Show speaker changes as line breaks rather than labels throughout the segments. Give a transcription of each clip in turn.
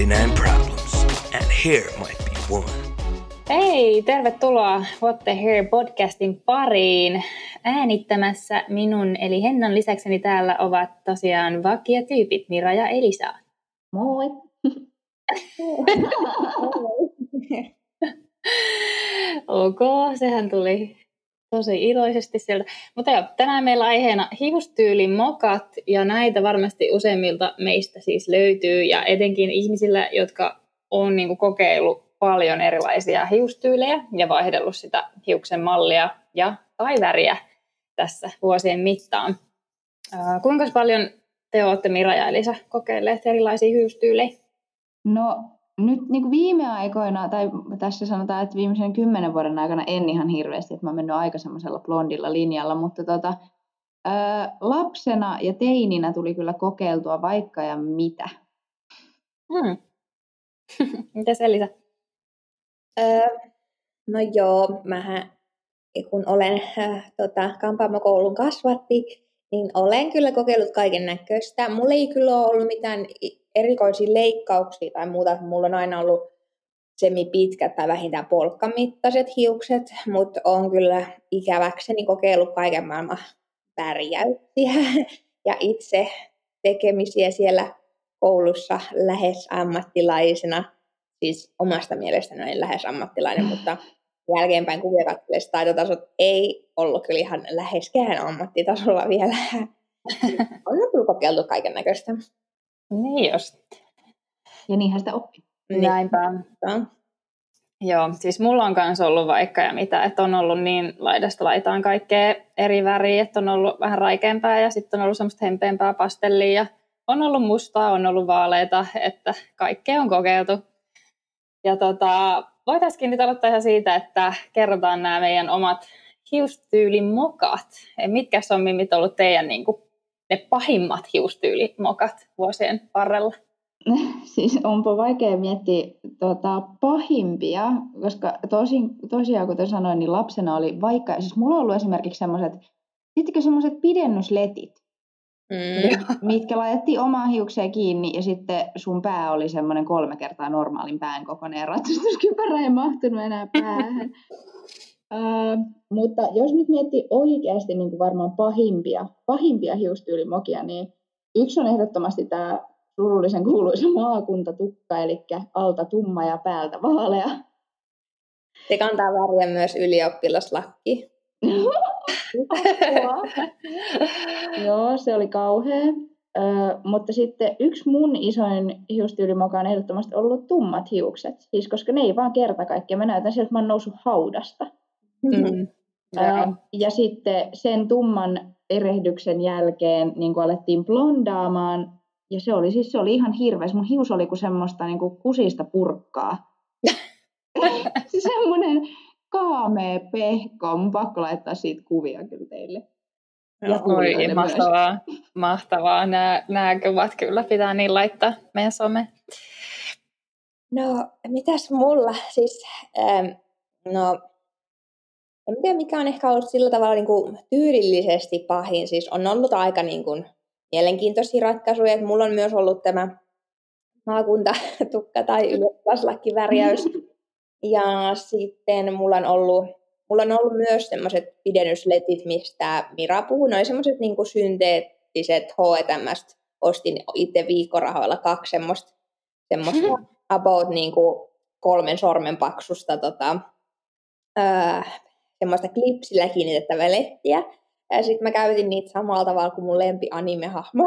99 problems, and hair might be one.
Hei, tervetuloa What the Hair podcastin pariin. Äänittämässä minun eli Hennan lisäkseni täällä ovat tosiaan vakiotyypit Mira ja Elisa.
Moi!
Ok, sehän tuli tosi iloisesti sieltä. Mutta joo, tänään meillä aiheena hiustyylimokat ja näitä varmasti useimmilta meistä siis löytyy ja etenkin ihmisillä, jotka on niinku kokeillut paljon erilaisia hiustyylejä ja vaihdellut sitä hiuksen mallia tai väriä tässä vuosien mittaan. Kuinka paljon te olette, Mira ja Elisa, kokeilleet erilaisia hiustyylejä?
No nyt niin kuin viime aikoina, tai tässä sanotaan, että viimeisen 10 vuoden aikana en ihan hirveästi, että mä oon mennyt aika semmoisella blondilla linjalla, mutta lapsena ja teininä tuli kyllä kokeiltua vaikka ja mitä.
Mitäs Elisa?
No joo, mähän kun olen kampaamokoulun kasvatti, niin olen kyllä kokeillut kaiken näköistä. Mulla ei kyllä ole ollut mitään erikoisia leikkauksia tai muuta. Mulla on aina ollut semipitkät tai vähintään polkkamittaiset hiukset, mutta olen kyllä ikäväkseni kokeillut kaiken maailman värjäyksiä ja itse tekemisiä siellä koulussa lähes ammattilaisena. Siis omasta mielestäni olen lähes ammattilainen, mutta jälkeenpäin kuvia katsellessa taitotasot ei ollut kyllä ihan läheskään ammattitasolla vielä. On kyllä kokeiltu kaiken näköistä.
Niin just.
Ja niinhän sitä oppii.
Näinpä. Joo, siis mulla on kanssa ollut vaikka ja mitä, että on ollut niin laidasta laitaan kaikkea eri väriä, että on ollut vähän raikeampaa ja sitten on ollut semmoista hempeämpää pastellia ja on ollut mustaa, on ollut vaaleita, että kaikkea on kokeiltu. Ja voitaisiin nyt aloittaa ihan siitä, että kerrotaan nämä meidän omat hiustyylimokat. Mitkä on Mimmit ollut teidän ne pahimmat hiustyylimokat vuosien varrella?
Siis onpa vaikea miettiä pahimpia, koska tosiaan kuten sanoin, niin lapsena oli vaikka, siis mulla on ollut esimerkiksi semmoiset pidennysletit, mitkä laitettiin omaan hiukseen kiinni ja sitten sun pää oli semmoinen 3 kertaa normaalin pään kokoinen ja ratsastuskypärä ei mahtunut enää päähän. Mutta jos nyt miettii oikeasti niin kuin varmaan pahimpia hiustyylimokia, niin yksi on ehdottomasti tämä surullisen kuuluisa maakuntatukka, eli alta tumma ja päältä vaalea.
Se kantaa väriä myös ylioppilaslakki.
Joo, se oli kauhea. Mutta sitten yksi mun isoin hiustyylimoka on ehdottomasti ollut tummat hiukset. Siis koska ne ei vaan kerta kaikkiaan. Mä näytän sieltä, että mä oon noussut haudasta. Ja sitten sen tumman erehdyksen jälkeen niin kun alettiin blondaamaan. Ja se oli ihan hirveä. Mun hius oli kuin semmoista niin kuin kusista purkkaa. Semmoinen kaamea pehko. Mun pakko laittaa siitä kuvia kyllä teille.
Ja oi, mahtavaa. Nämä kuvat kyllä pitää niin laittaa meidän someen.
No, mitäs mulla? Siis, en tiedä mikä on ehkä ollut sillä tavalla niin kuin tyylillisesti pahin. Siis on ollut aika niin kuin mielenkiintoisia ratkaisuja. Että mulla on myös ollut tämä maakuntatukka tai ylioppilaslakkivärjäys. Ja sitten mulla on ollut myös semmoiset pidennysletit, mistä Mira puhui. Ne oli semmoiset niin kuin synteettiset H&M:stä. Ostin itse viikkorahoilla 2 semmoista about niin kuin 3 sormen paksusta semmoista klipsillä kiinnitettävää lettiä. Ja sitten mä käytin niitä samalla tavalla kuin mun lempi anime-hahmo.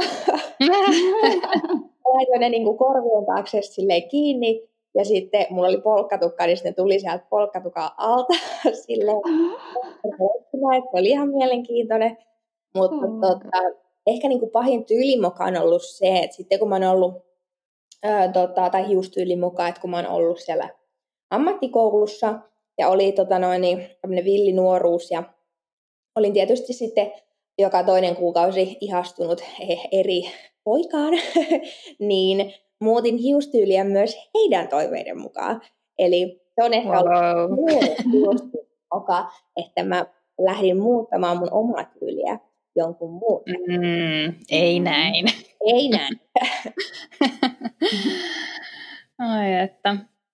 Laitoin ne niin kuin korvien taakse silleen kiinni. Ja sitten mulla oli polkkatukka, niin sitten ne tuli sieltä polkkatukan alta silleen. Se oli ihan mielenkiintoinen. Mutta ehkä niin kuin pahin tyylimoka on ollut se, että sitten kun mä oon ollut, tai hiustyylimoka, että kun mä oon ollut siellä ammattikoulussa ja oli tämmöinen villi nuoruus ja olin tietysti sitten joka toinen kuukausi ihastunut eri poikaan, niin muutin hiustyyliä myös heidän toiveiden mukaan. Eli se on ehkä ollut hiustyylimmoka, että mä lähdin muuttamaan mun omaa tyyliä jonkun muun.
Ei näin.
Ei näin.
että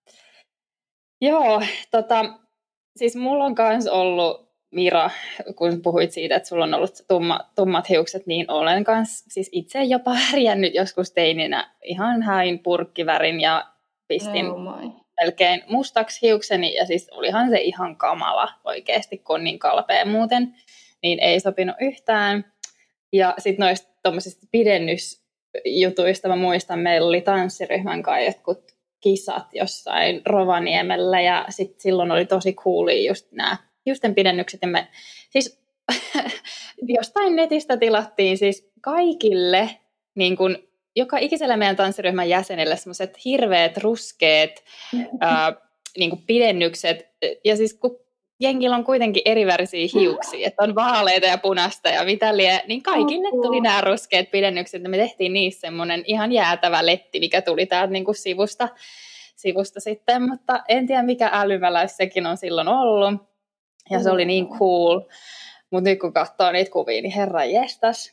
joo, siis mulla on kans ollut, Mira, kun puhuit siitä, että sulla on ollut tummat hiukset, niin olen kans siis itse jopa värjännyt joskus teininä. Ihan hain purkkivärin ja pistin melkein mustaksi hiukseni, ja siis olihan se ihan kamala oikeasti, kun on niin kalpea muuten, niin ei sopinut yhtään. Ja sitten noista tommosista pidennysjutuista mä muistan, meillä oli tanssiryhmän kanssa jotkut kisat jossain Rovaniemellä, ja sitten silloin oli tosi coolia just nämä hiusten pidennykset, ja me siis jostain netistä tilattiin siis kaikille, niin kun, joka ikiselle meidän tanssiryhmän jäsenelle semmoiset hirveät, ruskeat niin kun pidennykset, ja siis kun jengillä on kuitenkin erivärisiä hiuksia, että on vaaleita ja punaista ja mitä lie, niin kaikille tuli nämä ruskeat pidennykset, ja me tehtiin niissä semmoinen ihan jäätävä letti, mikä tuli täältä niin kuin sivusta sitten, mutta en tiedä mikä älymäläys sekin on silloin ollut, ja se oli niin cool, mutta nyt kun katsoo niitä kuvia, niin herran jestas.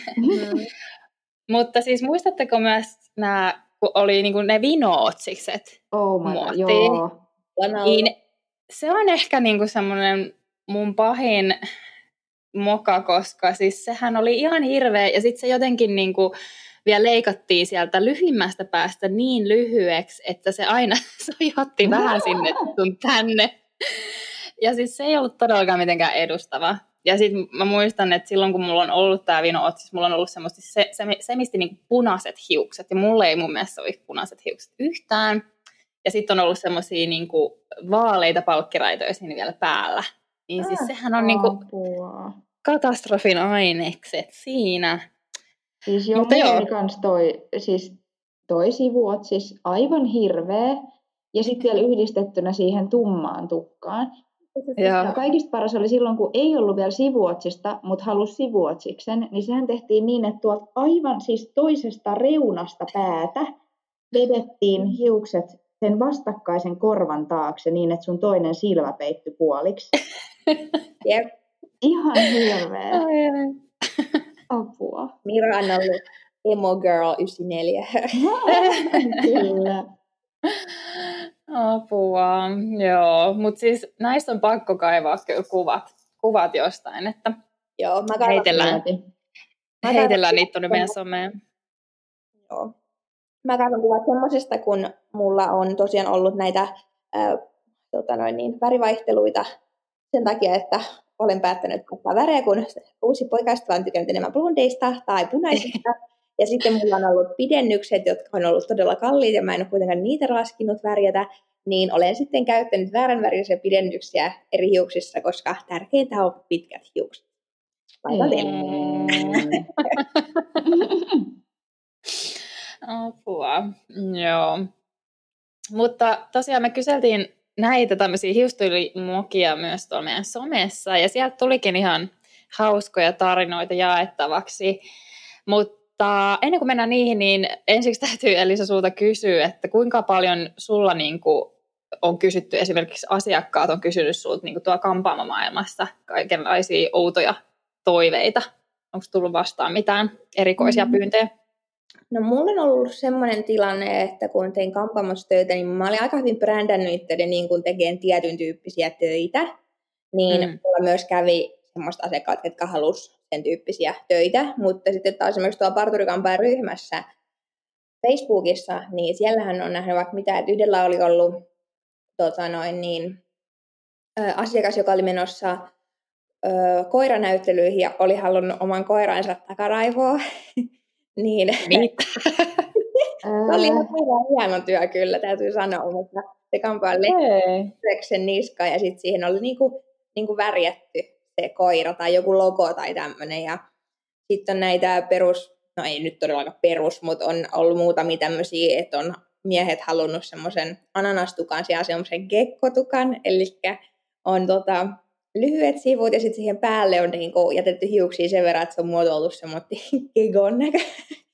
Mutta siis muistatteko myös nämä, kun oli niin kuin ne vino-otsikset muotiin, niin se on ehkä niinku semmoinen mun pahin moka, koska siis sehän oli ihan hirveä, ja sitten se jotenkin niinku vielä leikattiin sieltä lyhimmästä päästä niin lyhyeksi, että se aina sojotti vähän sinne sun tänne. Ja siis se ei ollut todellakaan mitenkään edustava. Ja sitten mä muistan, että silloin kun mulla on ollut tää vino-otsis, mulla on ollut semmoista semisti niinku punaiset hiukset, ja mulla ei mun mielestä ole punaiset hiukset yhtään. Ja sitten on ollut semmoisia niinku vaaleita palkkiraitoja siinä vielä päällä. Niin siis sehän on niinku katastrofin ainekset siinä.
Siis joo, mulla kans toi sivuotsis aivan hirveä. Ja sitten vielä yhdistettynä siihen tummaan tukkaan. Ja kaikista paras oli silloin, kun ei ollut vielä sivuotsista, mutta halusi sivuotsiksen. Niin sehän tehtiin niin, että tuolta aivan siis toisesta reunasta päätä vedettiin hiukset sen vastakkaisen korvan taakse niin, että sun toinen silmä peittyi puoliksi.
Jep.
Ihan hirveä. Apua.
Mira on ollut emo girl 94.
Kyllä.
Apua, joo. Mutta siis näistä on pakko kaivaa kuvat jostain, että
joo, mä
heitellään niitä tuonne meidän someen.
Joo. Mä kaivan kuvat semmosesta, kun mulla on tosiaan ollut näitä värivaihteluita sen takia, että olen päättänyt ottaa värejä, kun uusi poikaista on tykännyt enemmän blondeista tai punaisista. Ja sitten mulla on ollut pidennykset, jotka on ollut todella kalliita, ja mä en ole kuitenkaan niitä raskinut värjätä. Niin olen sitten käyttänyt vääränvärisiä pidennyksiä eri hiuksissa, koska tärkeintä on pitkät hiukset.
Apua, joo. Mutta tosiaan me kyseltiin näitä tämmöisiä hiustyylimokia myös tuolla meidän somessa, ja sieltä tulikin ihan hauskoja tarinoita jaettavaksi. Mutta ennen kuin mennään niihin, niin ensiksi täytyy Elisa sulta kysyä, että kuinka paljon sulla niinku on kysytty, esimerkiksi asiakkaat on kysynyt sulta niinku tuolla kampaamomaailmassa kaikenlaisia outoja toiveita. Onko tullut vastaan mitään erikoisia pyyntöjä?
No mulla on ollut semmoinen tilanne, että kun tein kampaamossa töitä, niin mä olin aika hyvin brändännyt itseäni niin kun tekemään tietyn tyyppisiä töitä. Niin mulla myös kävi semmoista asiakkaat, jotka halusivat sen tyyppisiä töitä. Mutta sitten taas esimerkiksi tuolla parturikampaajan ryhmässä Facebookissa, niin siellähän on nähnyt vaikka mitä, että yhdellä oli ollut asiakas, joka oli menossa koiranäyttelyihin ja oli halunnut oman koiransa takaraivoa. Niin. Se oli ihan hieno työ kyllä, täytyy sanoa, mutta se kampaili sen niskaan ja sitten siihen oli niinku värjätty se koira tai joku logo tai tämmöinen. Ja sitten on näitä no ei nyt todellakaan perus, mutta on ollut muutamia tämmöisiä, että on miehet halunnut semmoisen ananastukan sijaan semmoisen gekkotukan, eli on lyhyet sivut ja sitten siihen päälle on niinku jätetty hiuksia sen verran, että se on muotoiltu semmoinen kegon näköinen.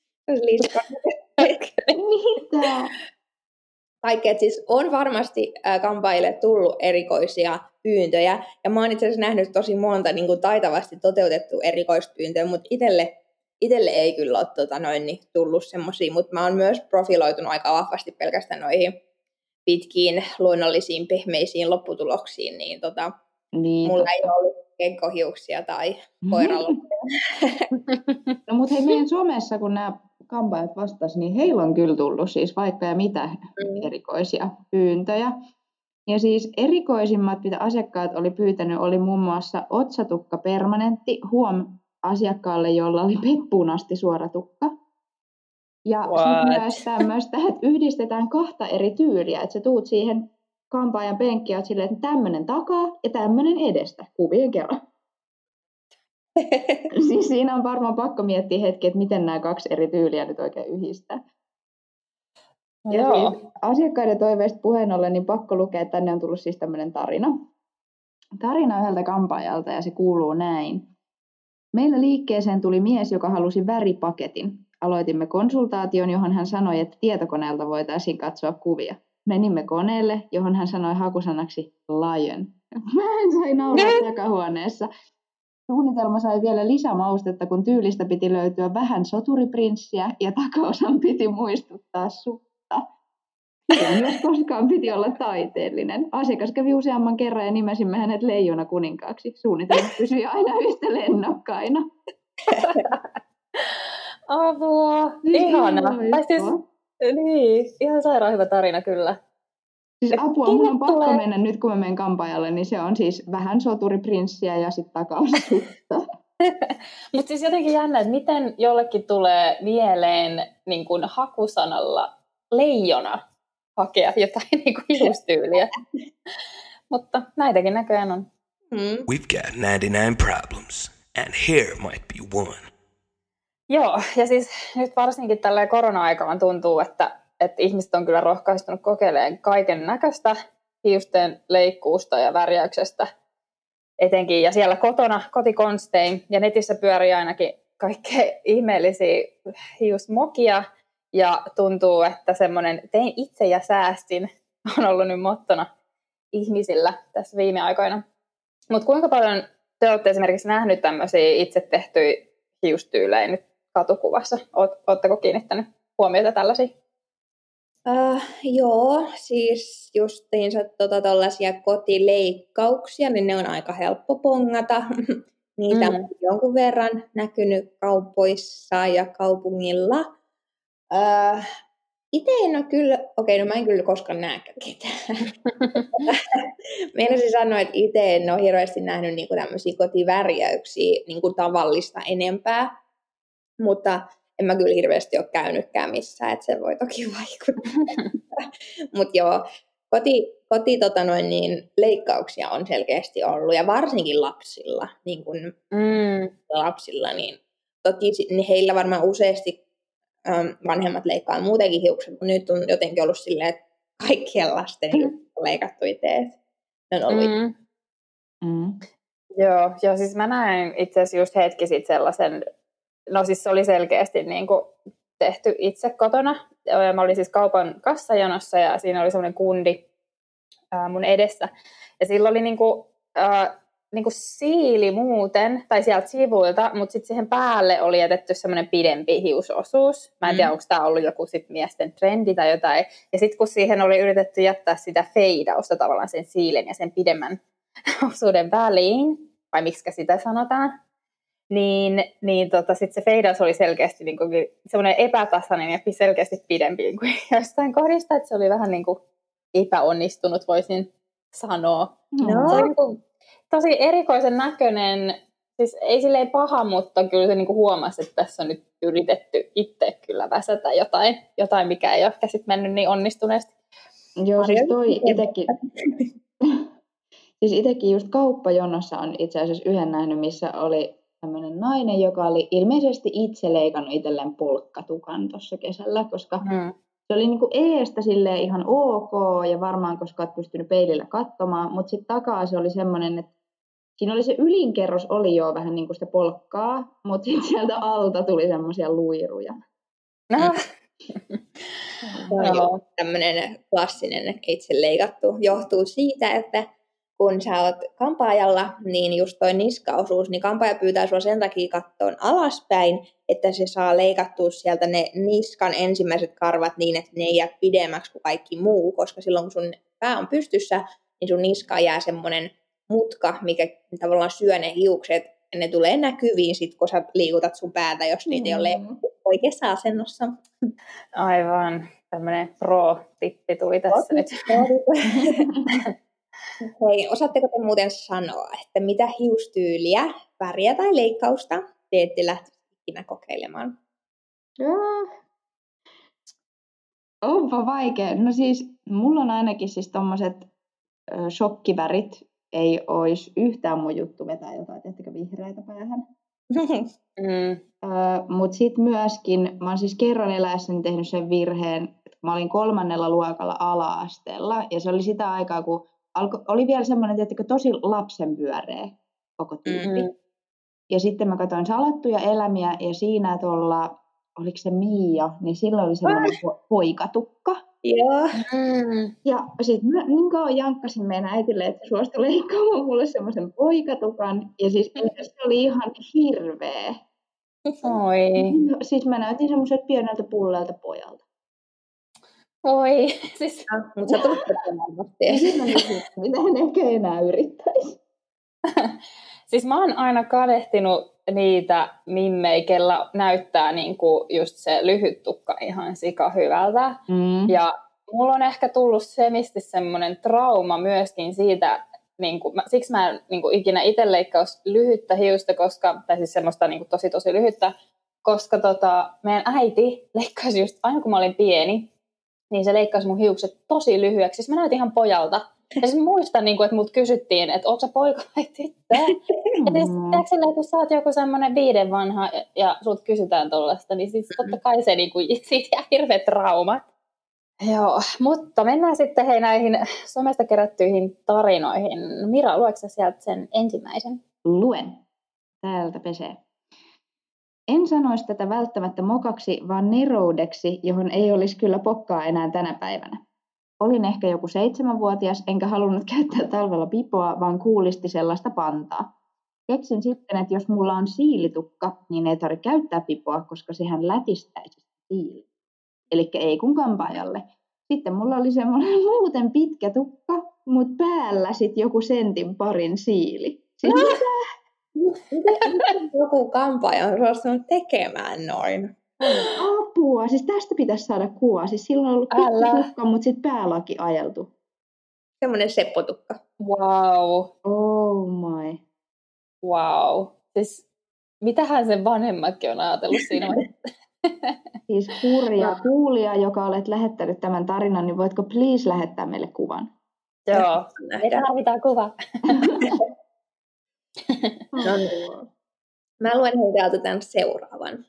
Mitä?
Kaikkea, siis on varmasti kampaajille tullut erikoisia pyyntöjä, ja mä oon itse asiassa nähnyt tosi monta niin kuin taitavasti toteutettua erikoispyyntöä, mutta itselle ei kyllä ole tullut semmosia, mutta mä oon myös profiloitunut aika vahvasti pelkästään noihin pitkiin luonnollisiin pehmeisiin lopputuloksiin, niin
Niin,
mulla
totta.
ei ollut kenkkohiuksia tai koiralukkoja.
No mutta hei, meidän somessa, kun nämä kampaajat vastasivat, niin heillä on kyllä tullut siis vaikka ja mitä erikoisia pyyntöjä. Ja siis erikoisimmat, mitä asiakkaat oli pyytänyt, oli muun muassa otsatukka permanentti, asiakkaalle, jolla oli peppuun asti suora tukka. Ja sitten myös tämmöistä, että yhdistetään 2 eri tyyliä, että sä tuut siihen kampaajan penkkiin, että silleen, että tämmöinen takaa ja tämmöinen edestä kuvien kerran. Siis siinä on varmaan pakko miettiä hetki, että miten nämä 2 eri tyyliä nyt oikein yhdistää. Ja siis asiakkaiden toiveista puheen ollen, niin pakko lukea, että tänne on tullut siis tämmöinen tarina. Tarina yhdeltä kampaajalta ja se kuuluu näin. Meillä liikkeeseen tuli mies, joka halusi väripaketin. Aloitimme konsultaation, johon hän sanoi, että tietokoneelta voitaisiin katsoa kuvia. Menimme koneelle, johon hän sanoi hakusanaksi lion. Mä sain nauraa takahuoneessa. Suunnitelma sai vielä lisämaustetta, kun tyylistä piti löytyä vähän soturiprinssiä ja takaosan piti muistuttaa sutta. Myös koskaan piti olla taiteellinen. Asiakas kävi useamman kerran ja nimesimme hänet Leijona kuninkaaksi. Suunnitelma pysyi aina yhtä lennokkaina.
Apua! Ihana! Tai siis, niin, ihan sairaan hyvä tarina kyllä.
Siis apua, mun on pakko mennä nyt, kun mä menen kampaajalle, niin se on siis vähän soturiprinssiä ja sitten takaosutta.
Mutta siis jotenkin jännä, että miten jollekin tulee mieleen niin kun hakusanalla leijona hakea jotain niin kuin hiustyyliä. Mutta näitäkin näköjään on.
We've got 99 problems, and hair might be one.
Joo, ja siis nyt varsinkin tällä korona-aikaan tuntuu, että ihmiset on kyllä rohkaistunut kokeilemaan kaiken näköistä hiusten leikkuusta ja värjäyksestä etenkin. Ja siellä kotona kotikonstein ja netissä pyörii ainakin kaikkea ihmeellisiä hiusmokia. Ja tuntuu, että semmoinen tein itse ja säästin on ollut nyt mottona ihmisillä tässä viime aikoina. Mutta kuinka paljon te olette esimerkiksi nähnyt tämmöisiä itse tehtyjä hiustyylejä nyt katukuvassa? Oletteko kiinnittänyt huomiota tällaisia?
Joo, siis justiinsa tollaisia kotileikkauksia, niin ne on aika helppo pongata. Niitä on jonkun verran näkynyt kaupoissa ja kaupungilla. Itse en ole kyllä, no mä en kyllä koskaan näkään ketään. Meinasin sanoa, että itse en ole hirveästi nähnyt niinku tämmöisiä kotivärjäyksiä niinku tavallista enempää, mutta en mä kyllä hirveästi ole käynytkään missään, että se voi toki vaikuttaa. Mutta joo, leikkauksia on selkeästi ollut, ja varsinkin lapsilla, niin kun lapsilla, niin toki niin heillä varmaan useasti vanhemmat leikkaa muutenkin hiukset, mutta nyt on jotenkin ollut silleen, että kaikkien lasten hiukset on leikattu itse. Ne on ollut
Joo, siis mä näin itse asiassa just hetki sitten sellaisen, no siis se oli selkeästi niin kuin tehty itse kotona. Mä olin siis kaupan kassajonossa ja siinä oli semmoinen kundi mun edessä. Ja sillä oli niin kuin siili muuten, tai sieltä sivuilta, mutta sitten siihen päälle oli jätetty semmoinen pidempi hiusosuus. Mä en tiedä, onko tämä ollut joku sit miesten trendi tai jotain. Ja sitten kun siihen oli yritetty jättää sitä feidausta tavallaan sen siilen ja sen pidemmän osuuden väliin, vai miksikä sitä sanotaan, niin sitten se feidaus oli selkeästi niin kuin semmoinen epätasainen ja selkeästi pidempi kuin jostain kohdista, että se oli vähän niin kuin epäonnistunut, voisin sanoa. Se oli niin kuin tosi erikoisen näköinen, siis ei silleen paha, mutta kyllä se niin kuin huomasi, että tässä on nyt yritetty itse kyllä väsätä jotain mikä ei ole ehkä sitten mennyt niin onnistuneesti.
Joo, siis toi itsekin. Siis itsekin just kauppajonossa on itse asiassa yhden nähnyt, missä oli tämmöinen nainen, joka oli ilmeisesti itse leikannut itselleen polkkatukan tuossa kesällä, koska se oli niinku eestä silleen ihan ok ja varmaan koska olet pystynyt peilillä katsomaan, mutta sitten takaa se oli semmoinen, että siinä oli se ylinkerros oli jo vähän niin kuin sitä polkkaa, mutta sitten sieltä alta tuli semmoisia luiruja.
Tämmöinen klassinen itse leikattu johtuu siitä, että kun sä oot kampaajalla, niin just toi niskaosuus, niin kampaaja pyytää sua sen takia kattoon alaspäin, että se saa leikattua sieltä ne niskan ensimmäiset karvat niin, että ne ei jää pidemmäksi kuin kaikki muu, koska silloin kun sun pää on pystyssä, niin sun niskaan jää semmoinen mutka, mikä tavallaan syö ne hiukset, ja ne tulee näkyviin sit, kun sä liikutat sun päätä, jos niitä ei ole oikeassa asennossa.
Aivan. Tämmöinen pro-tippi tuli tässä nyt.
Hei, osaatteko te muuten sanoa, että mitä hiustyyliä, väriä tai leikkausta te ette lähtisi ikinä kokeilemaan?
Onpa vaikea. No siis, mulla on ainakin siis tommoset shokkivärit. Ei olisi yhtään mun juttu vetää jotain, tehtäkö vihreitä päähän. Mutta sitten myöskin, mä oon siis kerran eläessäni tehnyt sen virheen, että mä olin 3. luokalla ala-asteella, ja se oli sitä aikaa, kun oli vielä semmoinen, tiettäkö, tosi lapsenpyöreä koko tyyppi. Ja sitten mä katsoin Salattuja elämiä, ja siinä tuolla, oliko se Miia, niin silloin oli semmoinen poikatukka.
Joo.
Ja sitten mä niin kauan jankkasin meidän äitille, että suostui leikkaamaan mulle semmoisen poikatukan. Ja siis se oli ihan hirveä.
Oi.
Siis mä näytin semmoiselta pieneltä pullelta pojalta.
Oi. Siis...
Mutta sä tulet tekemään.
Mitä en ehkä enää yrittäisi.
Siis mä oon aina kadehtinut niitä mimmei, kellä näyttää niinku just se lyhyt tukka ihan sika hyvältä. Ja mulla on ehkä tullut semmoinen trauma myöskin siitä, niinku, siksi mä en niinku ikinä itse leikkaus lyhyttä hiusta, tai siis semmoista niinku tosi lyhyttä, koska meidän äiti leikkasi just aina kun mä olin pieni, niin se leikkasi mun hiukset tosi lyhyeksi. Siis mä näytin ihan pojalta. Ja siis muistan, että mut kysyttiin, että onko sä poika vai tyttö? Ja siis silleen, kun sä oot joku semmoinen 5 vanha ja sut kysytään tollaista, niin siis totta kai se siitä jää hirveät traumat. Joo, mutta mennään sitten näihin somesta kerättyihin tarinoihin. Mira, luetko sä sieltä sen ensimmäisen?
Luen. Täältä pesee. En sanoisi tätä välttämättä mokaksi, vaan neroudeksi, johon ei olisi kyllä pokkaa enää tänä päivänä. Olin ehkä joku 7-vuotias, enkä halunnut käyttää talvella pipoa, vaan kuulisti sellaista pantaa. Keksin sitten, että jos mulla on siilitukka, niin ei tarvitse käyttää pipoa, koska sehän lätistäisi siili. Elikkä ei kun kampaajalle. Sitten mulla oli semmoinen muuten pitkä tukka, mutta päällä sitten joku sentin parin siili. Siis
Miten joku kampaaja on suostunut tekemään noin?
Apua, siis tästä pitäisi saada kuva. Siis silloin on ollut pitkä tukka, mutta sitten päälaki ajeltu.
Semmoinen seppotukka.
Wow.
Oh my.
Wow. Siis mitähän sen vanhemmatkin on ajatellut siinä vaiheessa?
Siis hurja kuulija, joka olet lähettänyt tämän tarinan, niin voitko please lähettää meille kuvan?
Joo, me tarvitaan kuva.
No niin. Mä luen täältä tämän seuraavan.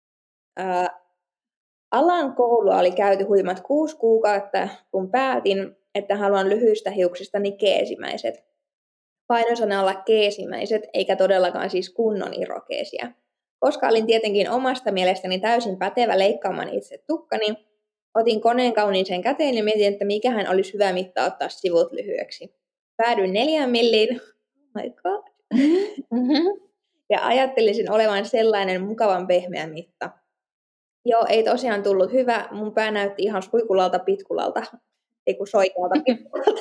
Alan koulua oli käyty huimat 6 kuukautta, kun päätin, että haluan lyhyistä hiuksistani keesimäiset. Painosanalla keesimäiset, eikä todellakaan siis kunnon irokeesiä. Koska olin tietenkin omasta mielestäni täysin pätevä leikkaamaan itse tukkani, otin koneen kauniiseen käteen ja mietin, että mikähän olisi hyvä mitta ottaa sivut lyhyeksi. Päädyin 4 milliin. Oh my god. Ja ajattelisin olevan sellainen mukavan pehmeä mitta. Joo, ei tosiaan tullut hyvä. Mun pää näytti ihan suikulalta pitkulalta. Ei kun soikealta pitkulalta.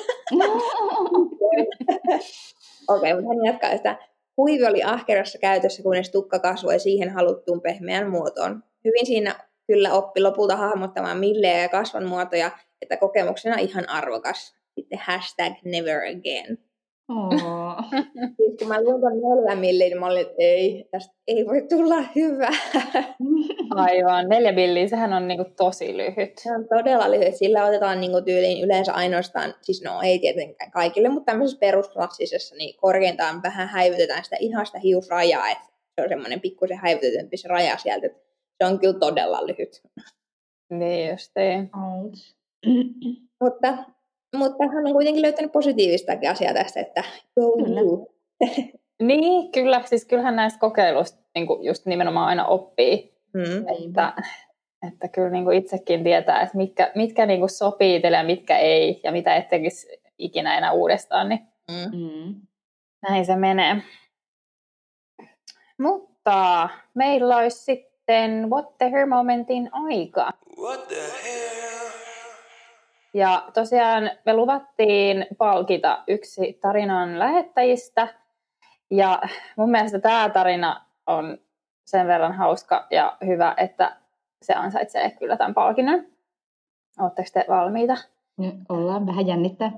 Okei, mutta hän jatkaa sitä. Huivi oli ahkerassa käytössä, kunnes tukka kasvoi siihen haluttuun pehmeään muotoon. Hyvin siinä kyllä oppi lopulta hahmottamaan millejä ja kasvan muotoja, että kokemuksena ihan arvokas. Sitten #neveragain. Siis kun mä luin ton 4 milliä, niin mä olin, että ei, tästä ei voi tulla hyvä.
Aivan, 4 milliä, sehän on niinku tosi lyhyt.
Se on todella lyhyt. Sillä otetaan niinku tyyliin yleensä ainoastaan, siis no ei tietenkään kaikille, mutta tämmöisessä perusklassisessa niin korkeintaan vähän häivytetään sitä ihan sitä hiusrajaa, että se on semmoinen pikkusen häivytetympi se raja sieltä. Se on kyllä todella lyhyt.
Niin justiin.
Mutta hän on kuitenkin löytänyt positiivistakin asiaa tästä, että go you.
Niin, kyllä. Siis kyllähän näistä kokeiluista niin just nimenomaan aina oppii. Että kyllä niin kuin itsekin tietää, että mitkä niin kuin sopii itselle ja mitkä ei, ja mitä et tekisi ikinä enää uudestaan. Niin Näin se menee. Mutta meillä olisi sitten What the Hair-momentin aika.
What the hell?
Ja tosiaan me luvattiin palkita yksi tarinan lähettäjistä. Ja mun mielestä tämä tarina on sen verran hauska ja hyvä, että se ansaitsee kyllä tämän palkinnon. Oletteko te valmiita?
Nyt ollaan vähän jännittää.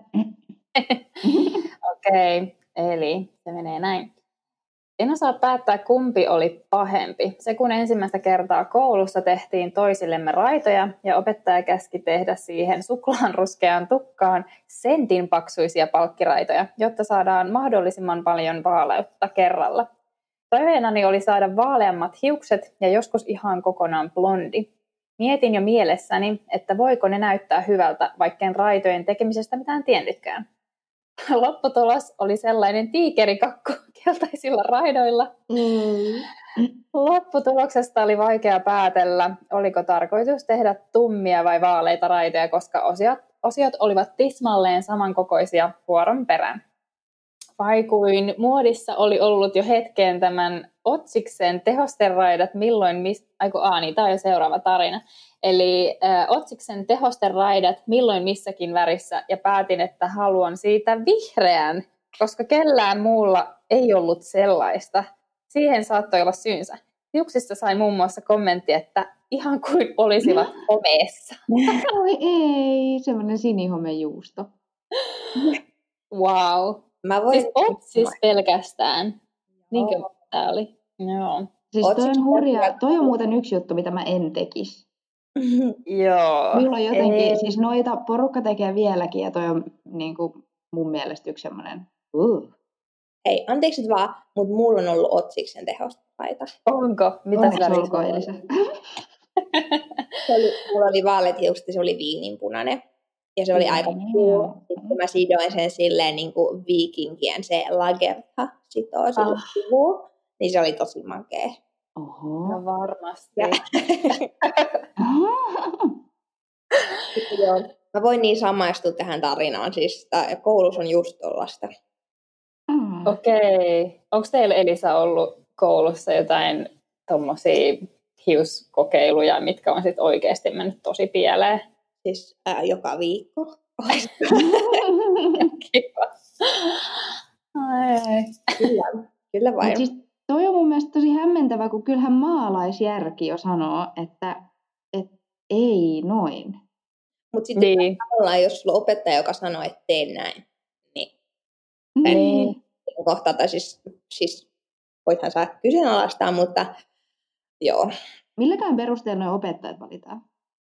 Okei, eli se menee näin. En osaa päättää, kumpi oli pahempi. Se, kun ensimmäistä kertaa koulussa tehtiin toisillemme raitoja ja opettaja käski tehdä siihen suklaanruskeaan tukkaan sentin paksuisia palkkiraitoja, jotta saadaan mahdollisimman paljon vaaleutta kerralla. Toiveenani oli saada vaaleammat hiukset ja joskus ihan kokonaan blondi. Mietin jo mielessäni, että voiko ne näyttää hyvältä, vaikken raitojen tekemisestä mitään tiennytkään. Lopputulos oli sellainen tiikerikakku keltaisilla raidoilla. Lopputuloksesta oli vaikea päätellä, oliko tarkoitus tehdä tummia vai vaaleita raitoja, koska osiot olivat tismalleen samankokoisia vuoron perään. Vai kuin muodissa oli ollut jo hetkeen tämän Otsiksen tehosteraidat, milloin tämä on jo seuraava tarina. Eli Otsiksen tehosteraidat milloin missäkin värissä, ja päätin, että haluan siitä vihreän, koska kellään muulla ei ollut sellaista. Siihen saattoi olla syynsä. Hiuksista sai muun muassa kommentti, että ihan kuin olisivat homeessa.
Oi ei, semmoinen sinihomejuusto.
Wow. Siis Otsis pelkästään. Niinkö tämä oli? Joo.
Siis toi on hurjaa. Toi on muuten yksi juttu, mitä mä en tekisi.
Joo.
Mulla on jotenkin, siis noita porukka tekee vieläkin, ja toi on niin kuin, mun mielestä yksi semmoinen.
Hei, anteeksi nyt vaan, mutta mulla on ollut Otsiksen tehostepaita.
Onko? Mitä sä
olko, Elisa?
Mulla oli vaaleat hiukset ja se oli viininpunainen. Ja se oli aika cool. Sitten mä sidoin sen silleen niin kuin viikinkien se lagerta sitoo sille sivuun. Niin se oli tosi makea.
Oho.
No varmasti.
Joo. Mä voin niin samaistua tähän tarinaan. Siis koulussa on just tollaista.
Okei. Onko teillä, Elisa, ollut koulussa jotain tommosia hiuskokeiluja, mitkä on sit oikeasti mennyt tosi pieleen?
Siis joka viikko.
Kiva. Ai.
Kyllä vain.
Siis toi on mun mielestä tosi hämmentävä, kun kyllähän maalaisjärki jo sanoo, että ei noin.
Mutta sitten tavallaan, jos sulla on opettaja, joka sanoo, että tee näin, niin kohtaa, tai siis voithan saa kyseenalaistaa, mutta joo.
Milläkään perusteella nuo opettajat valitaan?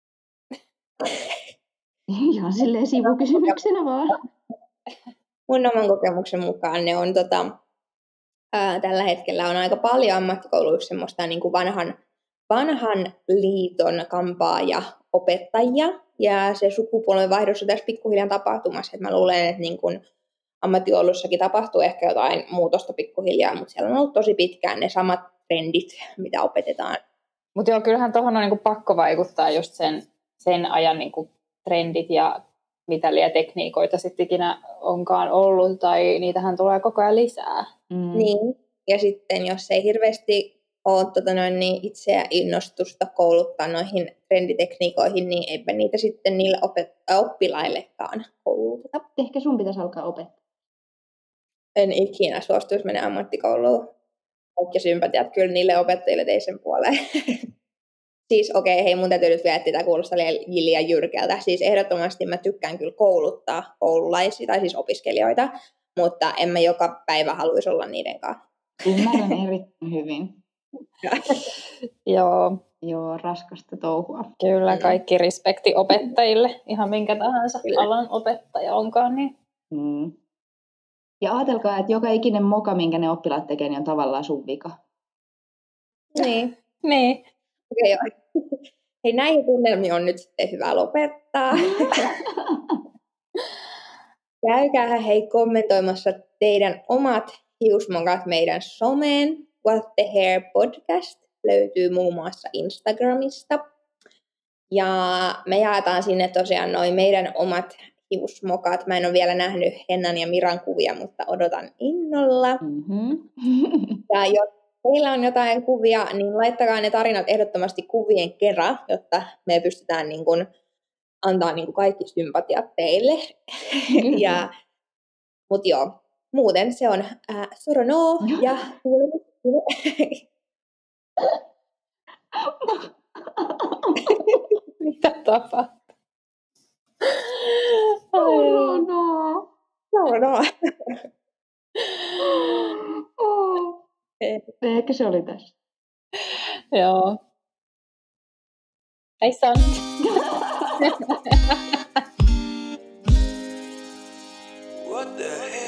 Ihan silleen sivukysymyksenä vaan.
Mun oman kokemuksen mukaan ne on tällä hetkellä on aika paljon ammattikouluissa semmoista niin kuin vanhan liiton kampaaja opettajia, ja se sukupolvenvaihdos on tässä pikkuhiljaa tapahtumassa. Et mä luulen, että niin kuin ammattikoulussakin tapahtuu ehkä jotain muutosta pikkuhiljaa, mutta siellä on ollut tosi pitkään ne samat trendit, mitä opetetaan.
Mutta joo, kyllähän tuohon on niinku pakko vaikuttaa just sen ajan niinku trendit ja mitä liian tekniikoita sitten ikinä onkaan ollut, tai niitähän tulee koko ajan lisää.
Niin, ja sitten jos ei hirveästi ole niin itseä innostusta kouluttaa noihin trenditekniikoihin, niin eipä niitä sitten niille oppilaillekaan kouluteta.
Ehkä sun pitäisi alkaa opettaa.
En ikinä suostuisi mennä ammattikouluun. Kaikki sympatiat kyllä niille opettajille teisen puoleen. Siis hei, mun täytyy nyt vielä, että tämä kuulostaa liian jyrkältä. Siis ehdottomasti mä tykkään kyllä kouluttaa koululaisia, tai siis opiskelijoita, mutta en mä joka päivä haluaisi olla niiden kanssa.
Ymmärrän erittäin hyvin.
Joo,
raskasta touhua.
Kyllä, kaikki respekti opettajille, ihan minkä tahansa alan opettaja onkaan. Niin.
Ja ajatelkaa, että joka ikinen moka, minkä ne oppilaat tekee, niin on tavallaan sun vika.
Niin.
Okei,
hei, näihin tunnelmiin on nyt sitten hyvä lopettaa. Käykää hei kommentoimassa teidän omat hiusmokat meidän someen. What the Hair podcast löytyy muun muassa Instagramista. Ja me jaetaan sinne tosiaan noin meidän omat hiusmokat. Mä en ole vielä nähnyt Hennan ja Miran kuvia, mutta odotan innolla. Ja jos teillä on jotain kuvia, niin laittakaa ne tarinat ehdottomasti kuvien kerran, jotta me pystytään niin kun antaa niin kun kaikki sympatiat teille. Mutta joo, muuten se on sorono ja
Mitä tapahtuu?
Sorono.
Ehkä se oli tässä.
Joo. Hei son.
What the hell?